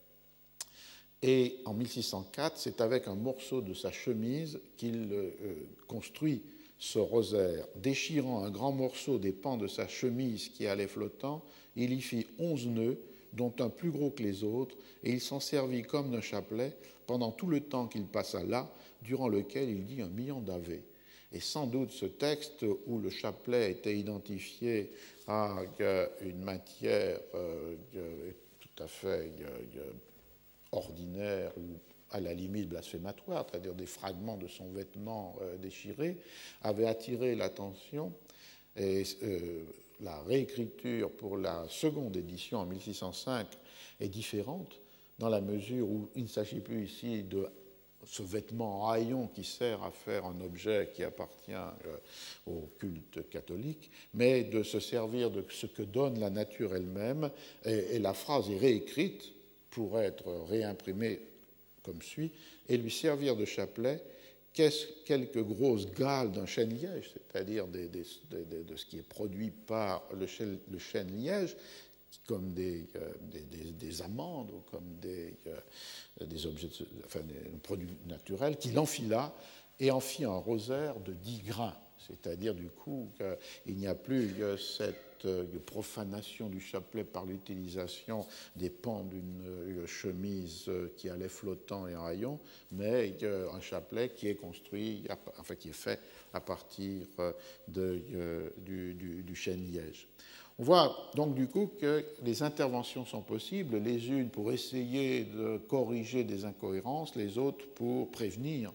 et en mille six cent quatre, c'est avec un morceau de sa chemise qu'il euh, construit ce rosaire. Déchirant un grand morceau des pans de sa chemise qui allait flottant, il y fit onze nœuds, dont un plus gros que les autres, et il s'en servit comme d'un chapelet pendant tout le temps qu'il passa là, durant lequel il dit un million d'avés. Et sans doute ce texte où le chapelet était identifié à une matière euh, tout à fait euh, ordinaire ou à la limite blasphématoire, c'est-à-dire des fragments de son vêtement euh, déchiré, avait attiré l'attention. Et euh, la réécriture pour la seconde édition en mille six cent cinq est différente, dans la mesure où il ne s'agit plus ici de ce vêtement en haillons qui sert à faire un objet qui appartient euh, au culte catholique, mais de se servir de ce que donne la nature elle-même, et, et la phrase est réécrite pour être réimprimée comme suit, et lui servir de chapelet qu'est-ce, quelques grosses gales d'un chêne-liège, c'est-à-dire des, des, de, de ce qui est produit par le chêne, le chêne-liège, comme des, euh, des, des, des amandes ou comme des, euh, des objets, de, enfin des produits naturels, qu'il enfila et en fit un rosaire de dix grains. C'est-à-dire, du coup, qu'il n'y a plus cette profanation du chapelet par l'utilisation des pans d'une chemise qui allait flottant et en haillons, mais un chapelet qui est construit, enfin qui est fait à partir de, du, du, du chêne-liège. On voit donc du coup que les interventions sont possibles, les unes pour essayer de corriger des incohérences, les autres pour prévenir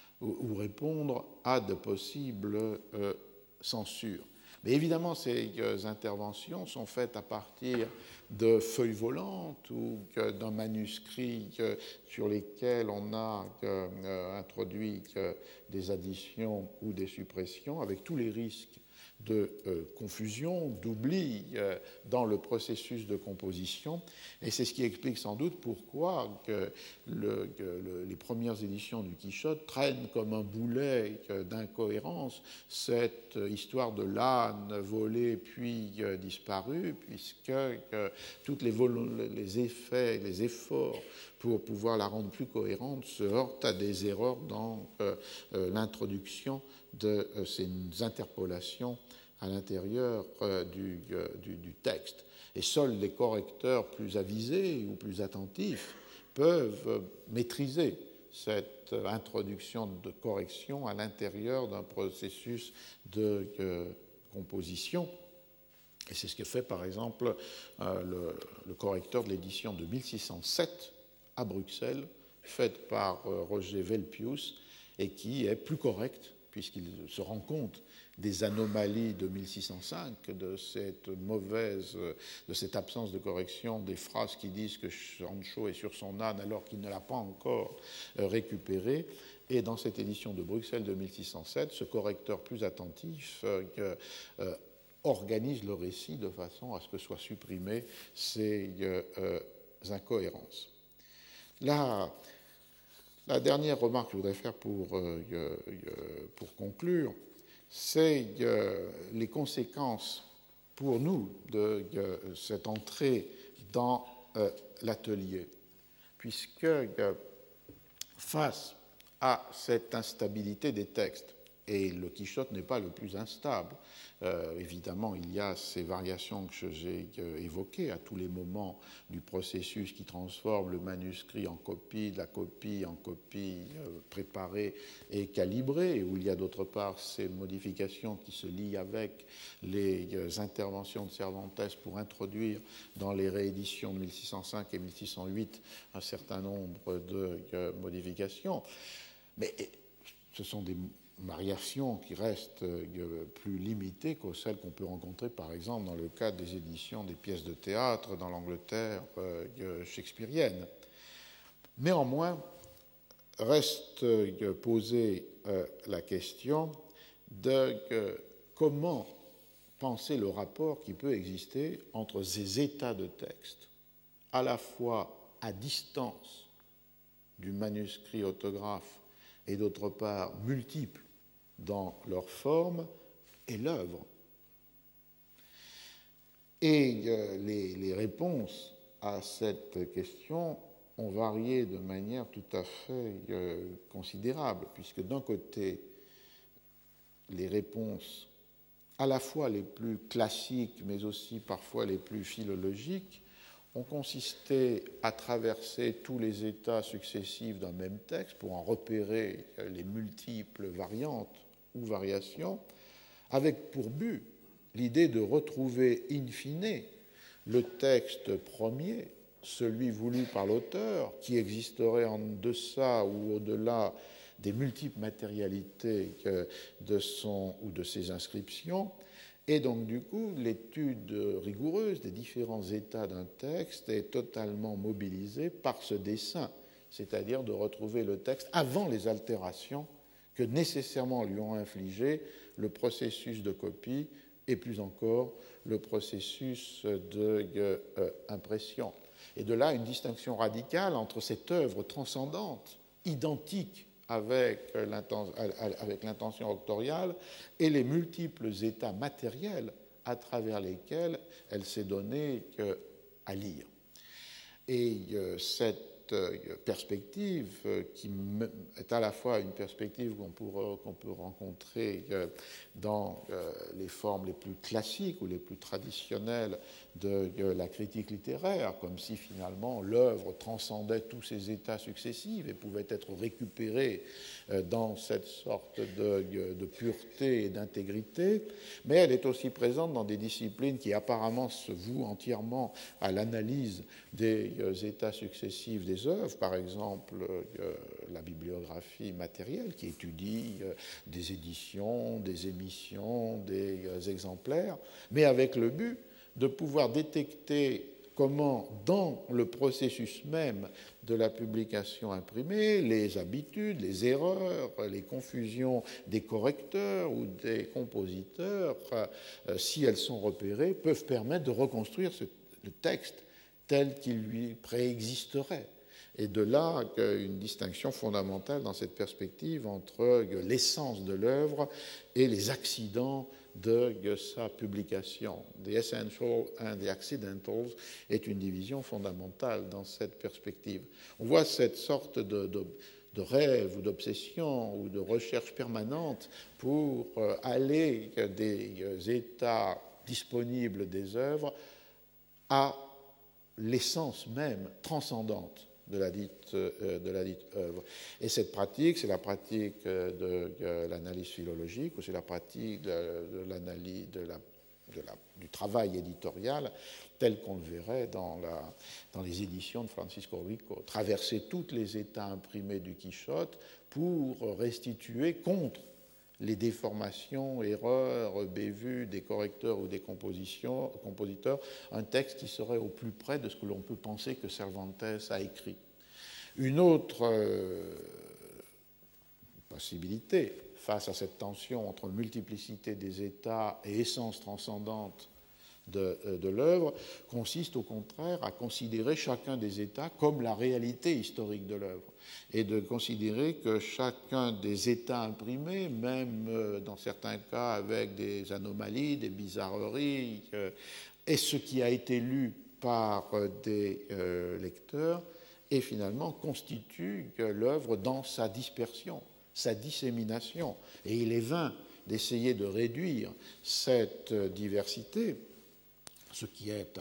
ou répondre à de possibles euh, censures. Mais évidemment, ces euh, interventions sont faites à partir de feuilles volantes ou euh, d'un manuscrit euh, sur lesquels on a euh, introduit euh, des additions ou des suppressions, avec tous les risques de euh, confusion, d'oubli euh, dans le processus de composition. Et c'est ce qui explique sans doute pourquoi que le, que le, les premières éditions du Quichotte traînent comme un boulet euh, d'incohérence cette euh, histoire de l'âne volé puis euh, disparu, puisque euh, tous les, les effets, les efforts pour pouvoir la rendre plus cohérente se heurtent à des erreurs dans euh, euh, l'introduction de euh, ces interpolations à l'intérieur euh, du, euh, du, du texte. Et seuls les correcteurs plus avisés ou plus attentifs peuvent euh, maîtriser cette euh, introduction de correction à l'intérieur d'un processus de euh, composition. Et c'est ce que fait par exemple euh, le, le correcteur de l'édition de mille six cent sept à Bruxelles, faite par euh, Roger Velpius, et qui est plus correcte puisqu'il se rend compte des anomalies de mille six cent cinq, de cette mauvaise, de cette absence de correction des phrases qui disent que Sancho est sur son âne alors qu'il ne l'a pas encore récupéré. Et dans cette édition de Bruxelles de mille six cent sept, ce correcteur plus attentif euh, euh, organise le récit de façon à ce que soient supprimées ces euh, incohérences. Là, la dernière remarque que je voudrais faire pour, euh, euh, pour conclure, c'est euh, les conséquences pour nous de euh, cette entrée dans euh, l'atelier, puisque euh, face à cette instabilité des textes, et le Quichotte n'est pas le plus instable. Euh, évidemment, il y a ces variations que j'ai euh, évoquées à tous les moments du processus qui transforme le manuscrit en copie, de la copie en copie euh, préparée et calibrée, où il y a d'autre part ces modifications qui se lient avec les euh, interventions de Cervantes pour introduire dans les rééditions de mille six cent cinq et mille six cent huit un certain nombre de euh, modifications. Mais ce sont des variations qui restent plus limitées que celles qu'on peut rencontrer, par exemple, dans le cadre des éditions des pièces de théâtre dans l'Angleterre shakespearienne. Néanmoins, reste posée la question de comment penser le rapport qui peut exister entre ces états de texte, à la fois à distance du manuscrit autographe et d'autre part multiples dans leur forme et l'œuvre. Et euh, les, les réponses à cette question ont varié de manière tout à fait euh, considérable, puisque d'un côté, les réponses à la fois les plus classiques, mais aussi parfois les plus philologiques, ont consisté à traverser tous les états successifs d'un même texte pour en repérer les multiples variantes ou variations, avec pour but l'idée de retrouver in fine le texte premier celui voulu par l'auteur, qui existerait en deçà ou au-delà des multiples matérialités de son ou de ses inscriptions. Et donc, du coup, l'étude rigoureuse des différents états d'un texte est totalement mobilisée par ce dessein, c'est-à-dire de retrouver le texte avant les altérations que nécessairement lui ont infligé le processus de copie et plus encore le processus d'impression. Euh, et de là, une distinction radicale entre cette œuvre transcendante, identique avec l'intention auctoriale, et les multiples états matériels à travers lesquels elle s'est donnée à lire. Et cette perspective qui est à la fois une perspective qu'on peut, qu'on peut rencontrer dans les formes les plus classiques ou les plus traditionnelles de la critique littéraire, comme si finalement l'œuvre transcendait tous ses états successifs et pouvait être récupérée dans cette sorte de, de pureté et d'intégrité, mais elle est aussi présente dans des disciplines qui apparemment se vouent entièrement à l'analyse des états successifs des œuvres, par exemple euh, la bibliographie matérielle qui étudie euh, des éditions, des émissions, des euh, exemplaires, mais avec le but de pouvoir détecter comment, dans le processus même de la publication imprimée, les habitudes, les erreurs, les confusions des correcteurs ou des compositeurs, euh, si elles sont repérées, peuvent permettre de reconstruire ce, le texte tel qu'il lui préexisterait. Et de là une distinction fondamentale dans cette perspective entre l'essence de l'œuvre et les accidents de sa publication. The essential and the accidentals est une division fondamentale dans cette perspective. On voit cette sorte de, de, de rêve ou d'obsession ou de recherche permanente pour aller des états disponibles des œuvres à l'essence même transcendante de la dite, de la dite œuvre. Et cette pratique, c'est la pratique de, de l'analyse philologique ou c'est la pratique de, de l'analyse de la, de la, du travail éditorial tel qu'on le verrait dans, la, dans les éditions de Francisco Rico. Traverser tous les états imprimés du Quichotte pour restituer contre les déformations, erreurs, bévues des correcteurs ou des compositions, compositeurs, un texte qui serait au plus près de ce que l'on peut penser que Cervantes a écrit. Une autre euh, possibilité face à cette tension entre multiplicité des états et essence transcendante de, de l'œuvre consiste au contraire à considérer chacun des états comme la réalité historique de l'œuvre et de considérer que chacun des états imprimés, même dans certains cas avec des anomalies, des bizarreries, est ce qui a été lu par des lecteurs et finalement constitue l'œuvre dans sa dispersion, sa dissémination. Et il est vain d'essayer de réduire cette diversité. Ce qui est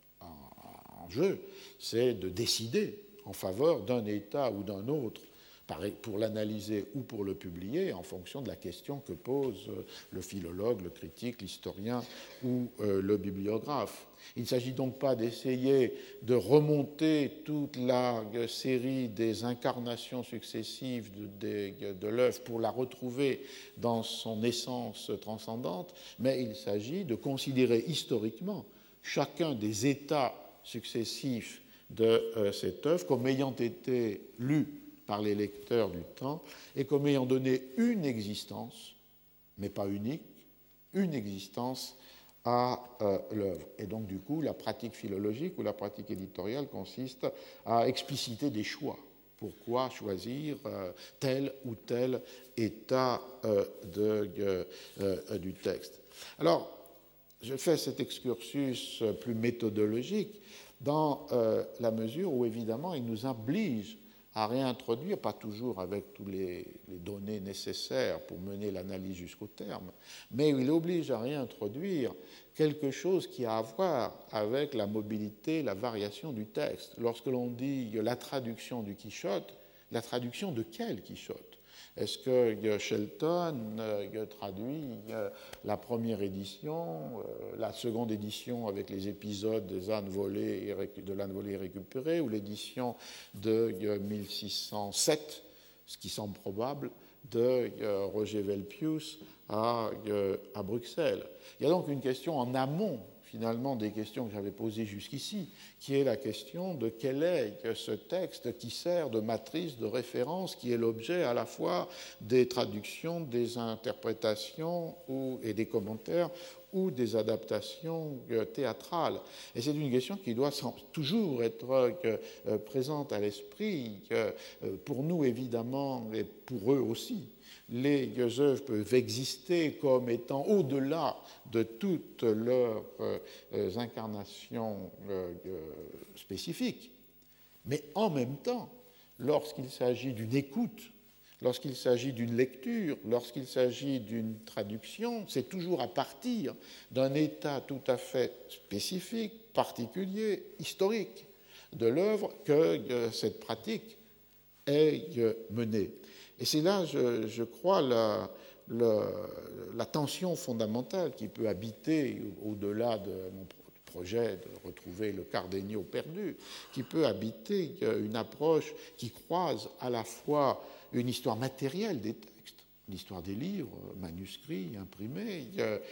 en jeu, c'est de décider en faveur d'un État ou d'un autre pour l'analyser ou pour le publier en fonction de la question que pose le philologue, le critique, l'historien ou le bibliographe. Il ne s'agit donc pas d'essayer de remonter toute la série des incarnations successives de, de, de l'œuvre pour la retrouver dans son essence transcendante, mais il s'agit de considérer historiquement chacun des états successifs de euh, cette œuvre comme ayant été lus par les lecteurs du temps et comme ayant donné une existence, mais pas unique, une existence à euh, l'œuvre. Et donc, du coup, la pratique philologique ou la pratique éditoriale consiste à expliciter des choix. Pourquoi choisir euh, tel ou tel état euh, de, euh, du texte. Alors, je fais cet excursus plus méthodologique dans euh, la mesure où, évidemment, il nous oblige à réintroduire, pas toujours avec toutes les, les données nécessaires pour mener l'analyse jusqu'au terme, mais il oblige à réintroduire quelque chose qui a à voir avec la mobilité, la variation du texte. Lorsque l'on dit la traduction du Quichotte, la traduction de quel Quichotte ? Est-ce que Shelton euh, traduit euh, la première édition, euh, la seconde édition avec les épisodes des ânes volés et récu- de l'âne volé et récupéré, ou l'édition de euh, mille six cent sept, ce qui semble probable, de euh, Roger Velpius à, euh, à Bruxelles. Il y a donc une question en amont, finalement, des questions que j'avais posées jusqu'ici, qui est la question de quel est ce texte qui sert de matrice de référence, qui est l'objet à la fois des traductions, des interprétations ou, et des commentaires ou des adaptations euh, théâtrales. Et c'est une question qui doit toujours être euh, présente à l'esprit, que, euh, pour nous évidemment, et pour eux aussi. Les œuvres peuvent exister comme étant au-delà de toutes leurs euh, incarnations euh, spécifiques. Mais en même temps, lorsqu'il s'agit d'une écoute, lorsqu'il s'agit d'une lecture, lorsqu'il s'agit d'une traduction, c'est toujours à partir d'un état tout à fait spécifique, particulier, historique de l'œuvre que euh, cette pratique est euh, menée. Et c'est là, je, je crois, la, la, la tension fondamentale qui peut habiter, au-delà de mon projet de retrouver le Cardenio perdu, qui peut habiter une approche qui croise à la fois une histoire matérielle des textes, l'histoire des livres, manuscrits, imprimés,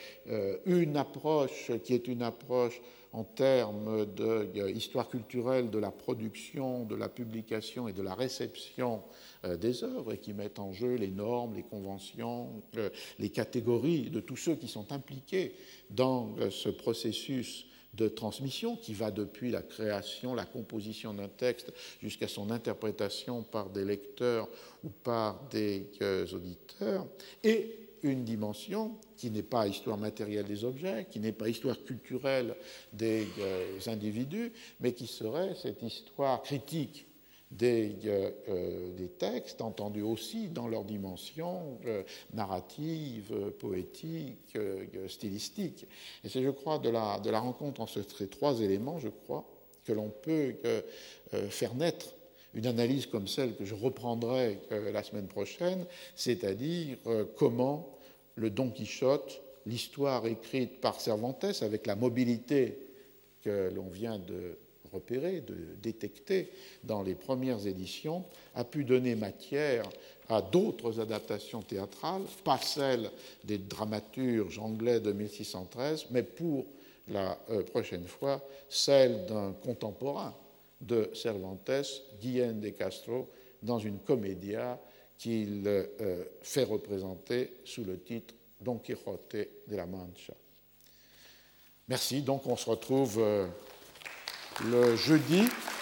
une approche qui est une approche en termes d'histoire culturelle de la production, de la publication et de la réception des œuvres, et qui met en jeu les normes, les conventions, les catégories de tous ceux qui sont impliqués dans ce processus de transmission qui va depuis la création, la composition d'un texte jusqu'à son interprétation par des lecteurs ou par des auditeurs, et une dimension qui n'est pas histoire matérielle des objets, qui n'est pas histoire culturelle des individus, mais qui serait cette histoire critique Des, euh, des textes, entendus aussi dans leur dimension euh, narrative, euh, poétique, euh, stylistique. Et c'est, je crois, de la, de la rencontre entre ces trois éléments, je crois, que l'on peut euh, euh, faire naître une analyse comme celle que je reprendrai euh, la semaine prochaine, c'est-à-dire euh, comment le Don Quichotte, l'histoire écrite par Cervantes, avec la mobilité que l'on vient de repérer, de détecter dans les premières éditions, a pu donner matière à d'autres adaptations théâtrales, pas celles des dramaturges anglais de mille six cent treize, mais pour la euh, prochaine fois, celle d'un contemporain de Cervantes, Guillén de Castro, dans une comédia qu'il euh, fait représenter sous le titre Don Quijote de la Mancha. Merci, donc on se retrouve euh, le jeudi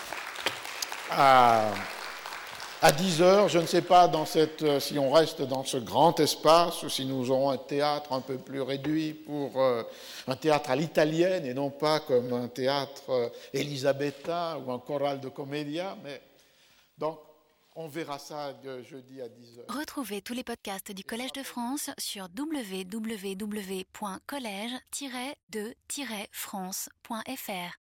à, à dix heures. Je ne sais pas dans cette, si on reste dans ce grand espace ou si nous aurons un théâtre un peu plus réduit pour euh, un théâtre à l'italienne et non pas comme un théâtre euh, élisabétain ou un choral de comédia. Mais donc, on verra ça de jeudi à dix heures. Retrouvez tous les podcasts du Collège de France sur w w w point collège tiret de tiret france point f r.